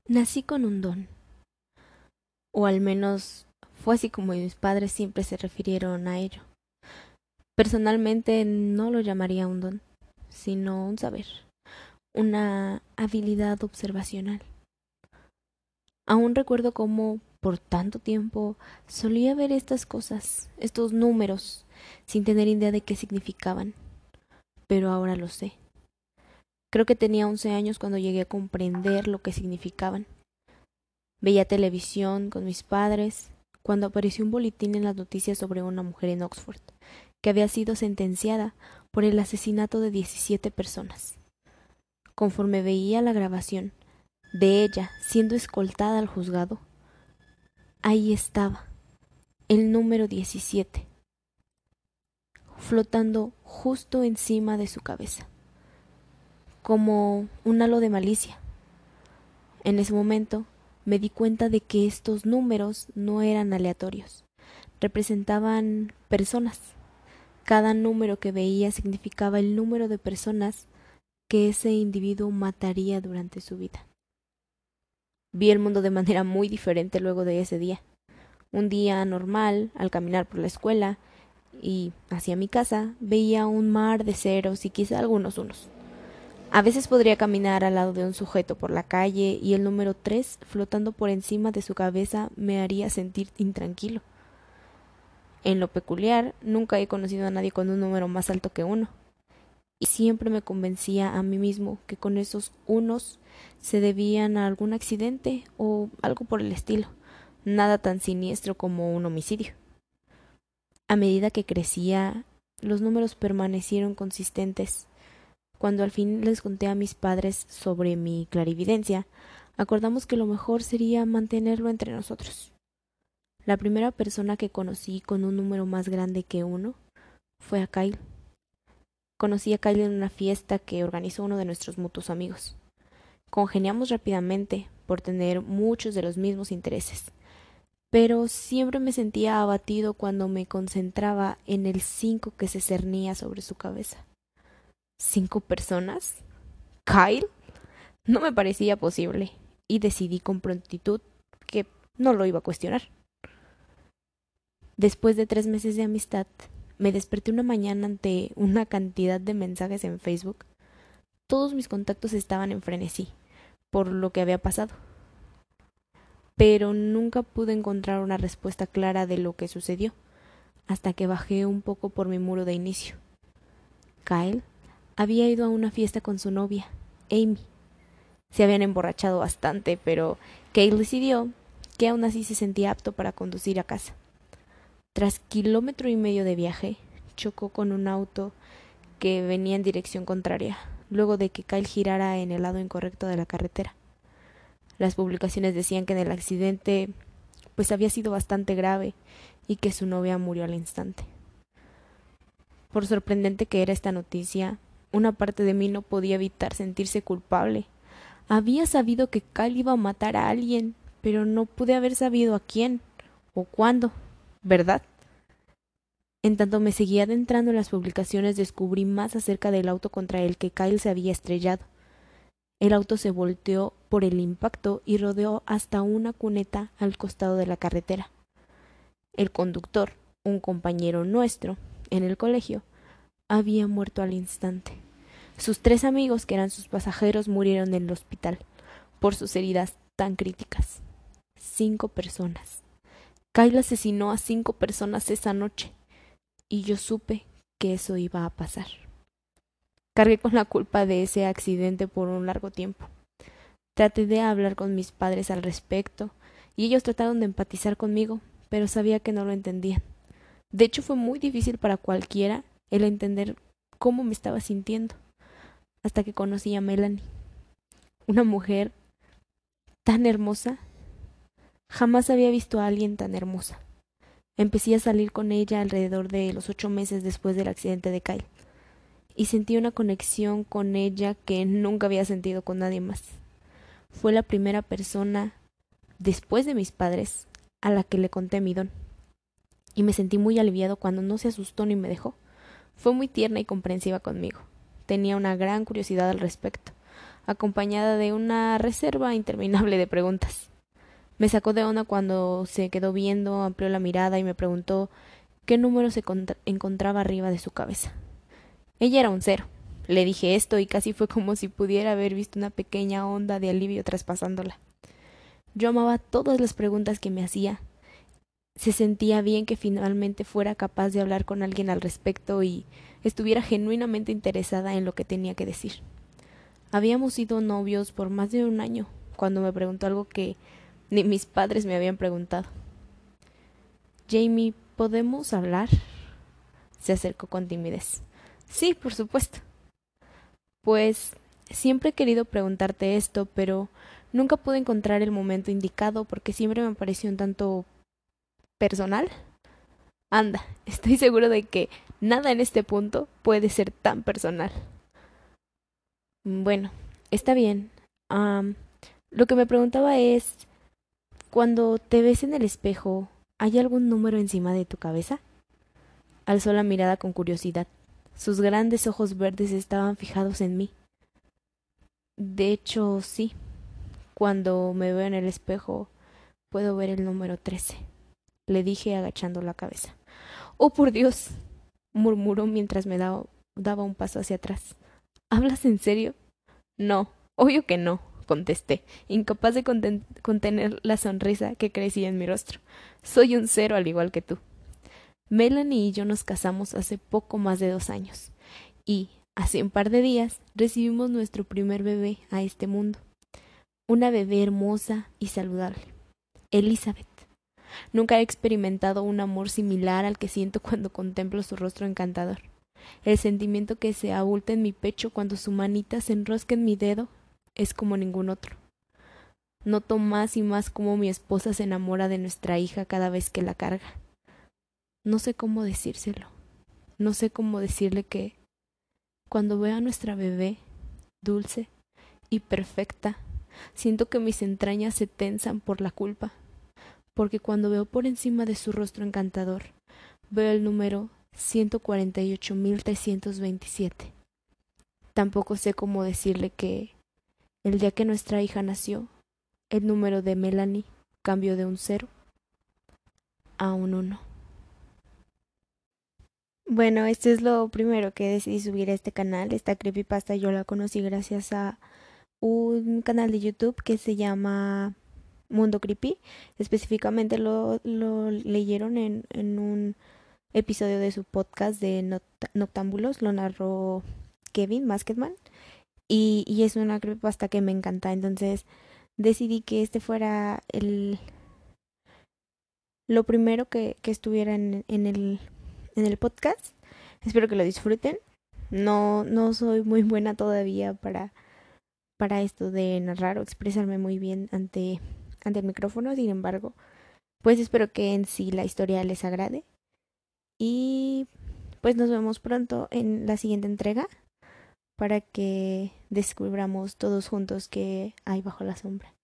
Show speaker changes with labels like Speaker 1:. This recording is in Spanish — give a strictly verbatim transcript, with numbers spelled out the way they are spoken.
Speaker 1: Nací con un don, o al menos fue así como mis padres siempre se refirieron a ello. Personalmente no lo llamaría un don, sino un saber, una habilidad observacional. Aún recuerdo cómo por tanto tiempo solía ver estas cosas, estos números, sin tener idea de qué significaban, pero ahora lo sé. Creo que tenía once años cuando llegué a comprender lo que significaban. Veía televisión con mis padres cuando apareció un boletín en las noticias sobre una mujer en Oxford que había sido sentenciada por el asesinato de diecisiete personas. Conforme veía la grabación de ella siendo escoltada al juzgado, ahí estaba, el número diecisiete, flotando justo encima de su cabeza, como un halo de malicia. En ese momento me di cuenta de que estos números no eran aleatorios, representaban personas. Cada número que veía significaba el número de personas que ese individuo mataría durante su vida. Vi el mundo de manera muy diferente luego de ese día. Un día normal, al caminar por la escuela y hacia mi casa, veía un mar de ceros y quizá algunos unos. A veces podría caminar al lado de un sujeto por la calle y el número tres flotando por encima de su cabeza me haría sentir intranquilo. En lo peculiar, nunca he conocido a nadie con un número más alto que uno, y siempre me convencía a mí mismo que con esos unos se debían a algún accidente o algo por el estilo, nada tan siniestro como un homicidio. A medida que crecía, los números permanecieron consistentes. Cuando al fin les conté a mis padres sobre mi clarividencia, acordamos que lo mejor sería mantenerlo entre nosotros. La primera persona que conocí con un número más grande que uno fue a Kyle. Conocí a Kyle en una fiesta que organizó uno de nuestros mutuos amigos. Congeniamos rápidamente por tener muchos de los mismos intereses, pero siempre me sentía abatido cuando me concentraba en el cinco que se cernía sobre su cabeza. ¿Cinco personas? ¿Kyle? No me parecía posible, y decidí con prontitud que no lo iba a cuestionar. Después de tres meses de amistad, me desperté una mañana ante una cantidad de mensajes en Facebook. Todos mis contactos estaban en frenesí por lo que había pasado, pero nunca pude encontrar una respuesta clara de lo que sucedió, hasta que bajé un poco por mi muro de inicio. Kyle había ido a una fiesta con su novia, Amy. Se habían emborrachado bastante, pero Kyle decidió que aún así se sentía apto para conducir a casa. Tras kilómetro y medio de viaje, chocó con un auto que venía en dirección contraria, luego de que Kyle girara en el lado incorrecto de la carretera. Las publicaciones decían que en el accidente pues había sido bastante grave y que su novia murió al instante. Por sorprendente que era esta noticia, una parte de mí no podía evitar sentirse culpable. Había sabido que Kyle iba a matar a alguien, pero no pude haber sabido a quién o cuándo, ¿verdad? En tanto me seguía adentrando en las publicaciones, descubrí más acerca del auto contra el que Kyle se había estrellado. El auto se volteó por el impacto y rodeó hasta una cuneta al costado de la carretera. El conductor, un compañero nuestro en el colegio, había muerto al instante. Sus tres amigos, que eran sus pasajeros, murieron en el hospital por sus heridas tan críticas. Cinco personas. Kyle asesinó a cinco personas esa noche, y yo supe que eso iba a pasar. Cargué con la culpa de ese accidente por un largo tiempo. Traté de hablar con mis padres al respecto, y ellos trataron de empatizar conmigo, pero sabía que no lo entendían. De hecho, fue muy difícil para cualquiera el entender cómo me estaba sintiendo, hasta que conocí a Melanie, una mujer tan hermosa. Jamás había visto a alguien tan hermosa. Empecé a salir con ella alrededor de los ocho meses después del accidente de Kyle, y sentí una conexión con ella que nunca había sentido con nadie más. Fue la primera persona, después de mis padres, a la que le conté mi don, y me sentí muy aliviado cuando no se asustó ni me dejó. Fue muy tierna y comprensiva conmigo. Tenía una gran curiosidad al respecto, acompañada de una reserva interminable de preguntas. Me sacó de onda cuando se quedó viendo, amplió la mirada y me preguntó qué número se encontraba arriba de su cabeza. Ella era un cero. Le dije esto y casi fue como si pudiera haber visto una pequeña onda de alivio traspasándola. Yo amaba todas las preguntas que me hacía. Se sentía bien que finalmente fuera capaz de hablar con alguien al respecto y estuviera genuinamente interesada en lo que tenía que decir. Habíamos sido novios por más de un año cuando me preguntó algo que ni mis padres me habían preguntado. Jamie, ¿podemos hablar? Se acercó con timidez. Sí, por supuesto. Pues siempre he querido preguntarte esto, pero nunca pude encontrar el momento indicado porque siempre me pareció un tanto personal. Anda, estoy seguro de que nada en este punto puede ser tan personal. Bueno, está bien. Um, lo que me preguntaba es, cuando te ves en el espejo, ¿hay algún número encima de tu cabeza? Alzó la mirada con curiosidad. Sus grandes ojos verdes estaban fijados en mí. De hecho, sí. Cuando me veo en el espejo, puedo ver el número trece, le dije agachando la cabeza. ¡Oh, por Dios! Murmuró mientras me daba, daba un paso hacia atrás. ¿Hablas en serio? No, obvio que no, contesté, incapaz de conten contener la sonrisa que crecía en mi rostro. Soy un cero al igual que tú. Melanie y yo nos casamos hace poco más de dos años y, hace un par de días, recibimos nuestro primer bebé a este mundo. Una bebé hermosa y saludable. Elizabeth. Nunca he experimentado un amor similar al que siento cuando contemplo su rostro encantador. El sentimiento que se abulta en mi pecho cuando su manita se enrosca en mi dedo es como ningún otro. Noto más y más cómo mi esposa se enamora de nuestra hija cada vez que la carga. No sé cómo decírselo. No sé cómo decirle que cuando veo a nuestra bebé, dulce y perfecta, siento que mis entrañas se tensan por la culpa, porque cuando veo por encima de su rostro encantador, veo el número ciento cuarenta y ocho mil trescientos veintisiete. Tampoco sé cómo decirle que el día que nuestra hija nació, el número de Melanie cambió de un cero a un uno. Bueno, esto es lo primero que decidí subir a este canal. Esta creepypasta yo la conocí gracias a un canal de YouTube que se llama Mundo Creepy. Específicamente lo, lo leyeron en, en un episodio de su podcast de Noct- Noctámbulos. Lo narró Kevin Masketman. Y, y es una creepypasta que me encanta. Entonces decidí que este fuera el lo primero que, que estuviera en, en el en el podcast. Espero que lo disfruten. No, no soy muy buena todavía para, para esto de narrar o expresarme muy bien ante, ante el micrófono. Sin embargo, pues espero que en sí la historia les agrade. Y pues nos vemos pronto en la siguiente entrega para que descubramos todos juntos qué hay bajo la sombra.